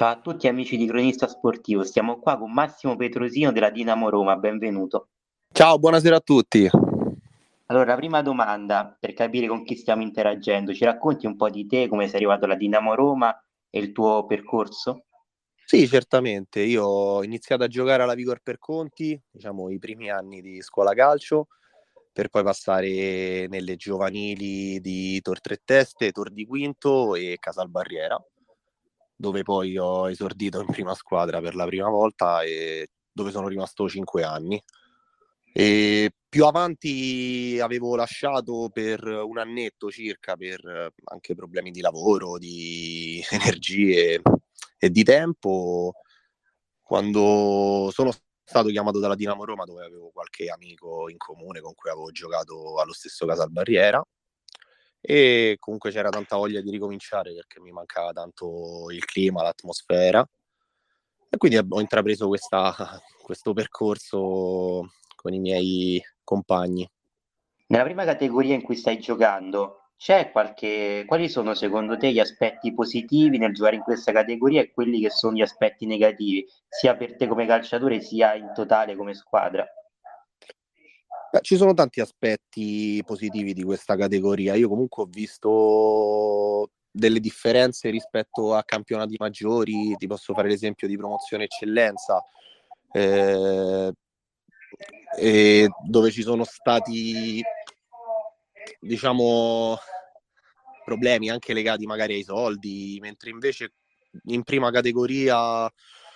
Ciao a tutti amici di Cronista Sportivo, stiamo qua con Massimo Petrosino della Dinamo Roma, benvenuto. Ciao, buonasera a tutti. Allora, prima domanda per capire con chi stiamo interagendo, ci racconti un po' di te, come sei arrivato alla Dinamo Roma e il tuo percorso? Sì, certamente. Io ho iniziato a giocare alla Vigor per Conti, diciamo i primi anni di scuola calcio, per poi passare nelle giovanili di Tor Tre Teste, Tor di Quinto e Casalbarriera, dove poi ho esordito in prima squadra per la prima volta e dove sono rimasto 5 anni. E più avanti avevo lasciato per un annetto circa per anche problemi di lavoro, di energie e di tempo, quando sono stato chiamato dalla Dinamo Roma, dove avevo qualche amico in comune con cui avevo giocato allo stesso Casalbarriera, e comunque c'era tanta voglia di ricominciare perché mi mancava tanto il clima, l'atmosfera, e quindi ho intrapreso questo percorso con i miei compagni. Nella prima categoria in cui stai giocando, quali sono secondo te gli aspetti positivi nel giocare in questa categoria e quelli che sono gli aspetti negativi, sia per te come calciatore sia in totale come squadra? Beh, ci sono tanti aspetti positivi di questa categoria. Io comunque ho visto delle differenze rispetto a campionati maggiori. Ti posso fare l'esempio di promozione eccellenza, eh, dove ci sono stati, diciamo, problemi anche legati magari ai soldi, mentre invece in prima categoria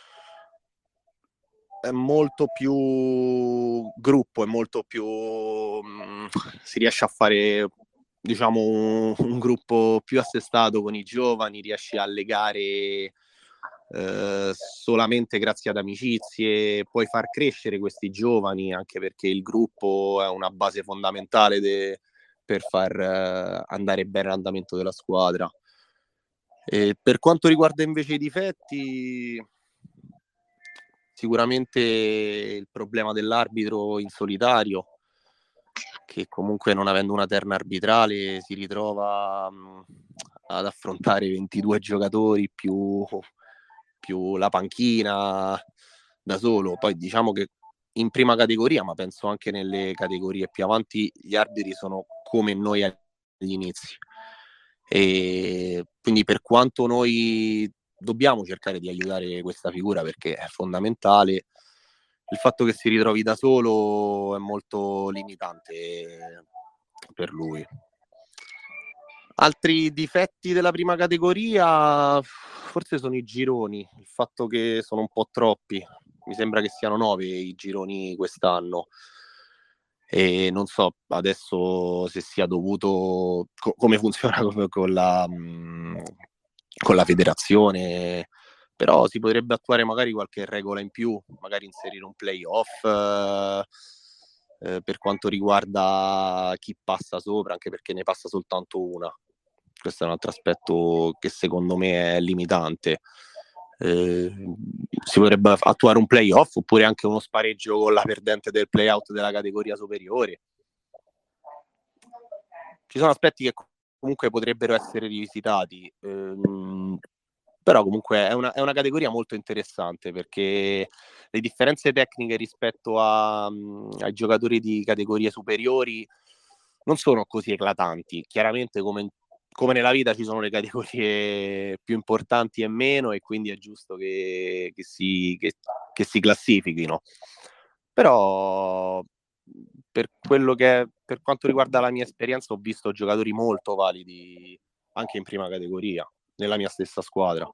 è molto più gruppo, è molto più si riesce a fare, diciamo, un gruppo più assestato con i giovani, riesci a legare solamente grazie ad amicizie, puoi far crescere questi giovani, anche perché il gruppo è una base fondamentale per far andare bene l'andamento della squadra. E per quanto riguarda invece i difetti, sicuramente il problema dell'arbitro in solitario, che comunque non avendo una terna arbitrale si ritrova ad affrontare 22 giocatori più la panchina da solo. Poi diciamo che in prima categoria, ma penso anche nelle categorie più avanti, gli arbitri sono come noi agli inizi. E quindi per quanto noi dobbiamo cercare di aiutare questa figura perché è fondamentale, il fatto che si ritrovi da solo è molto limitante per lui. Altri difetti della prima categoria forse sono i gironi, il fatto che sono un po' troppi, mi sembra che siano 9 i gironi quest'anno e non so adesso se sia dovuto come funziona con la federazione, però si potrebbe attuare magari qualche regola in più, magari inserire un playoff per quanto riguarda chi passa sopra, anche perché ne passa soltanto una. Questo è un altro aspetto che secondo me è limitante. Si potrebbe attuare un playoff oppure anche uno spareggio con la perdente del playout della categoria superiore. Ci sono aspetti che comunque potrebbero essere rivisitati, però comunque è una categoria molto interessante perché le differenze tecniche rispetto ai giocatori di categorie superiori non sono così eclatanti. Chiaramente come nella vita ci sono le categorie più importanti e meno, e quindi è giusto che si classifichino. Però per quanto riguarda la mia esperienza, ho visto giocatori molto validi anche in prima categoria, nella mia stessa squadra.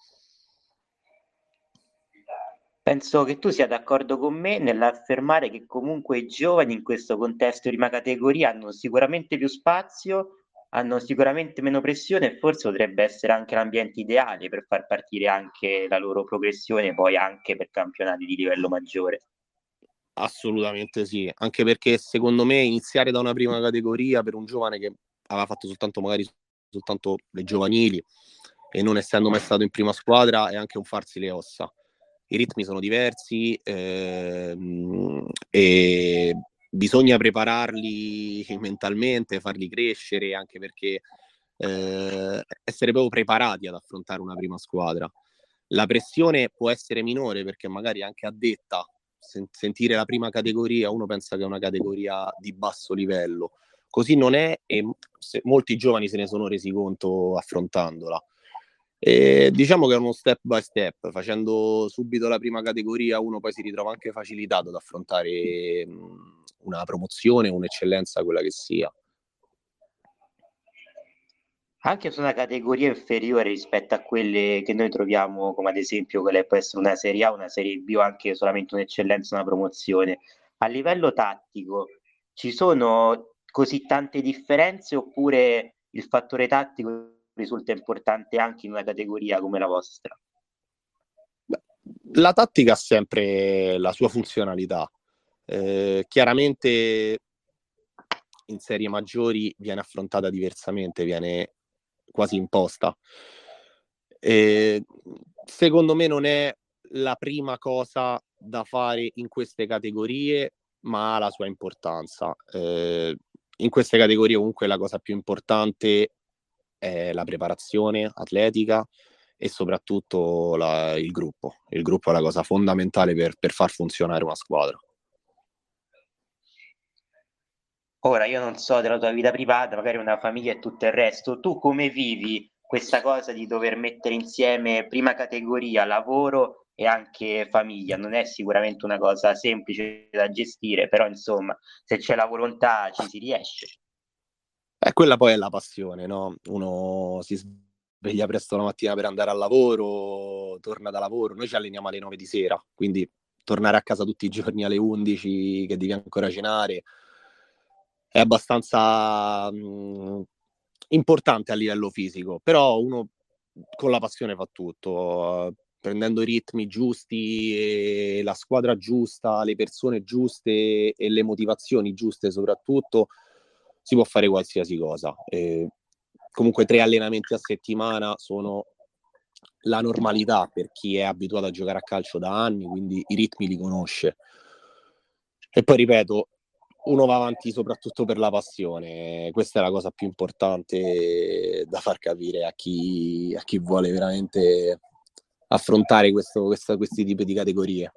Penso che tu sia d'accordo con me nell'affermare che comunque i giovani in questo contesto di prima categoria hanno sicuramente più spazio, hanno sicuramente meno pressione e forse potrebbe essere anche l'ambiente ideale per far partire anche la loro progressione poi anche per campionati di livello maggiore. Assolutamente sì, anche perché secondo me iniziare da una prima categoria per un giovane che aveva fatto soltanto le giovanili e non essendo mai stato in prima squadra è anche un farsi le ossa. I ritmi sono diversi e bisogna prepararli mentalmente, farli crescere, anche perché essere proprio preparati ad affrontare una prima squadra. La pressione può essere minore perché magari anche a detta, sentire la prima categoria, uno pensa che è una categoria di basso livello. Così non è e molti giovani se ne sono resi conto affrontandola. E diciamo che è uno step by step, facendo subito la prima categoria uno poi si ritrova anche facilitato ad affrontare una promozione, un'eccellenza, quella che sia. Anche su una categoria inferiore rispetto a quelle che noi troviamo, come ad esempio quella che può essere una Serie A, una Serie B o anche solamente un'eccellenza, una promozione. A livello tattico ci sono così tante differenze oppure il fattore tattico risulta importante anche in una categoria come la vostra? La tattica ha sempre la sua funzionalità. Chiaramente in serie maggiori viene affrontata diversamente, viene quasi imposta. Secondo me non è la prima cosa da fare in queste categorie, ma ha la sua importanza. In queste categorie comunque la cosa più importante è la preparazione atletica e soprattutto il gruppo. Il gruppo è la cosa fondamentale per far funzionare una squadra. Ora, io non so della tua vita privata, magari una famiglia e tutto il resto. Tu come vivi questa cosa di dover mettere insieme prima categoria, lavoro e anche famiglia? Non è sicuramente una cosa semplice da gestire, però insomma, se c'è la volontà ci si riesce. Quella poi è la passione, no? Uno si sveglia presto la mattina per andare al lavoro, torna da lavoro. Noi ci alleniamo alle 9 di sera, quindi tornare a casa tutti i giorni alle 11 che devi ancora cenare è abbastanza importante a livello fisico, però uno con la passione fa tutto, prendendo i ritmi giusti e la squadra giusta, le persone giuste e le motivazioni giuste soprattutto, si può fare qualsiasi cosa. Comunque 3 allenamenti a settimana sono la normalità per chi è abituato a giocare a calcio da anni, quindi i ritmi li conosce. E poi ripeto, uno va avanti soprattutto per la passione, questa è la cosa più importante da far capire a chi vuole veramente affrontare questi tipi di categorie.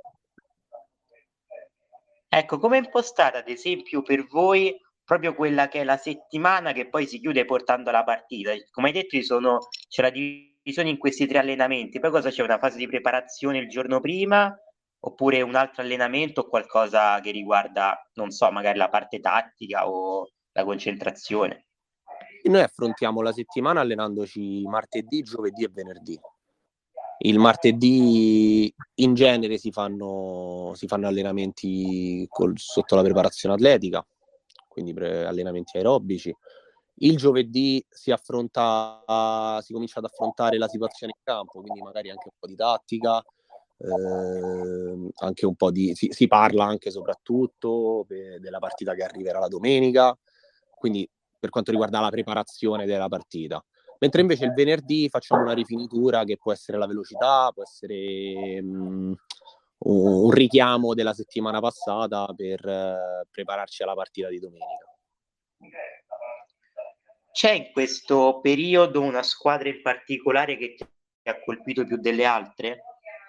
Ecco, come è impostata ad esempio per voi proprio quella che è la settimana che poi si chiude portando la partita? Come hai detto, c'è la divisione in questi 3 allenamenti, poi cosa c'è? Una fase di preparazione il giorno prima, oppure un altro allenamento o qualcosa che riguarda, non so, magari la parte tattica o la concentrazione? E noi affrontiamo la settimana allenandoci martedì, giovedì e venerdì. Il martedì in genere si fanno allenamenti sotto la preparazione atletica, quindi allenamenti aerobici. Il giovedì si comincia ad affrontare la situazione in campo, quindi magari anche un po' di tattica, anche un po' si parla anche soprattutto della partita che arriverà la domenica, quindi per quanto riguarda la preparazione della partita. Mentre invece il venerdì facciamo una rifinitura che può essere la velocità, può essere un richiamo della settimana passata per prepararci alla partita di domenica. C'è in questo periodo una squadra in particolare che ti ha colpito più delle altre?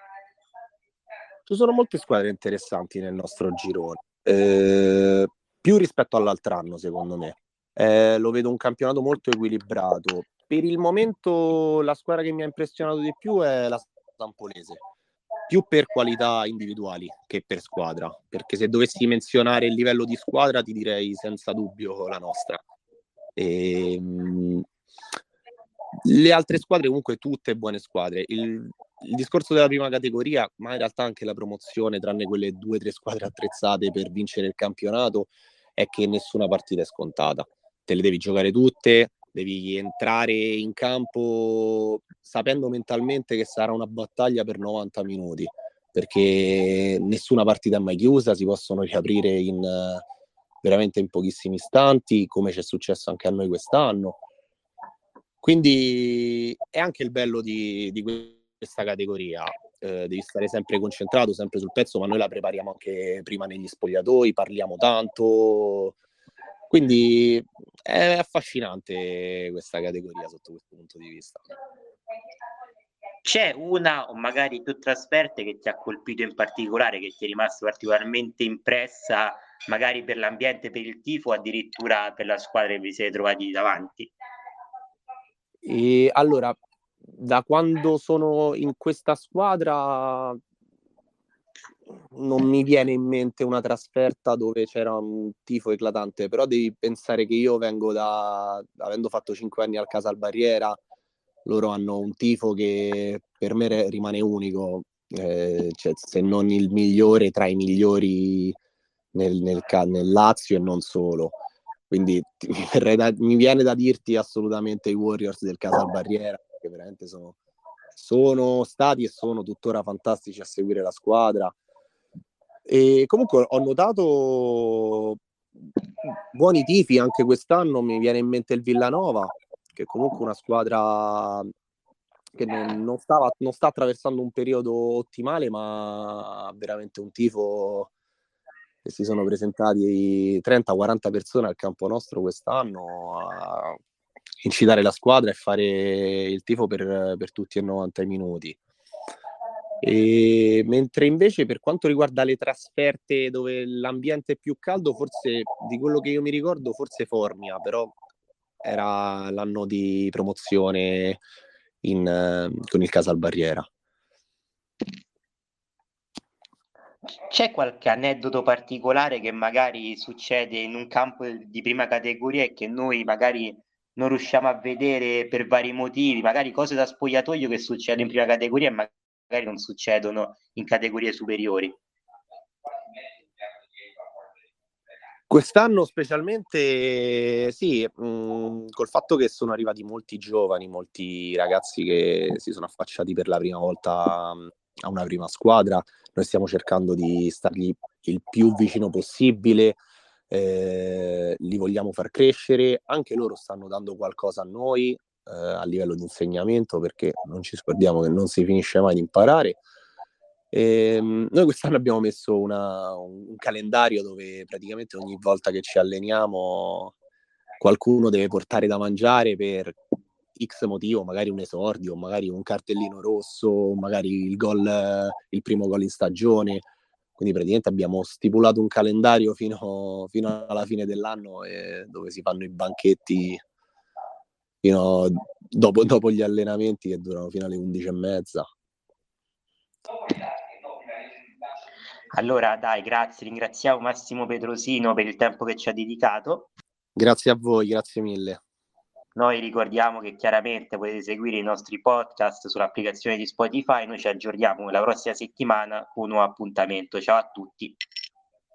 Ci sono molte squadre interessanti nel nostro girone, più rispetto all'altro anno secondo me. Lo vedo un campionato molto equilibrato. Per il momento la squadra che mi ha impressionato di più è la Sampolese, più per qualità individuali che per squadra, perché se dovessi menzionare il livello di squadra ti direi senza dubbio la nostra. Le altre squadre comunque tutte buone squadre. Il discorso della prima categoria, ma in realtà anche la promozione, tranne quelle 2 o 3 squadre attrezzate per vincere il campionato, è che nessuna partita è scontata. Te le devi giocare tutte, devi entrare in campo sapendo mentalmente che sarà una battaglia per 90 minuti, perché nessuna partita è mai chiusa, si possono riaprire veramente in pochissimi istanti, come ci è successo anche a noi quest'anno. Quindi è anche il bello di questa categoria. Devi stare sempre concentrato, sempre sul pezzo, ma noi la prepariamo anche prima negli spogliatoi, parliamo tanto. Quindi è affascinante questa categoria sotto questo punto di vista. C'è una o magari più trasferte che ti ha colpito in particolare, che ti è rimasta particolarmente impressa, magari per l'ambiente, per il tifo, o addirittura per la squadra che vi siete trovati davanti? Allora, da quando sono in questa squadra non mi viene in mente una trasferta dove c'era un tifo eclatante, però devi pensare che io vengo avendo fatto 5 anni al Casalbarriera, loro hanno un tifo che per me rimane unico, cioè, se non il migliore tra i migliori nel Lazio e non solo. Quindi mi viene da dirti assolutamente i Warriors del Casalbarriera, che veramente sono stati e sono tuttora fantastici a seguire la squadra. E comunque ho notato buoni tifi anche quest'anno. Mi viene in mente il Villanova, che è comunque una squadra che non sta attraversando un periodo ottimale, ma ha veramente un tifo, che si sono presentati 30-40 persone al campo nostro quest'anno a incitare la squadra e fare il tifo per tutti e 90 minuti. Mentre invece per quanto riguarda le trasferte dove l'ambiente è più caldo, forse di quello che io mi ricordo, forse Formia, però era l'anno di promozione con il Casalbarriera. C'è qualche aneddoto particolare che magari succede in un campo di prima categoria e che noi magari non riusciamo a vedere per vari motivi, magari cose da spogliatoio che succedono in prima categoria e magari non succedono in categorie superiori? Quest'anno specialmente sì, col fatto che sono arrivati molti giovani, molti ragazzi che si sono affacciati per la prima volta a una prima squadra, noi stiamo cercando di stargli il più vicino possibile, li vogliamo far crescere, anche loro stanno dando qualcosa a noi a livello di insegnamento, perché non ci scordiamo che non si finisce mai di imparare. Noi quest'anno abbiamo messo un calendario dove praticamente ogni volta che ci alleniamo qualcuno deve portare da mangiare per X motivo, magari un esordio, magari un cartellino rosso, magari il primo gol in stagione. Quindi praticamente abbiamo stipulato un calendario fino alla fine dell'anno, dove si fanno i banchetti fino dopo gli allenamenti, che durano fino alle 11:30. Allora dai, grazie, ringraziamo Massimo Petrosino per il tempo che ci ha dedicato. Grazie a voi, grazie mille. Noi ricordiamo che chiaramente potete seguire i nostri podcast sull'applicazione di Spotify, noi ci aggiorniamo la prossima settimana con un nuovo appuntamento. Ciao a tutti.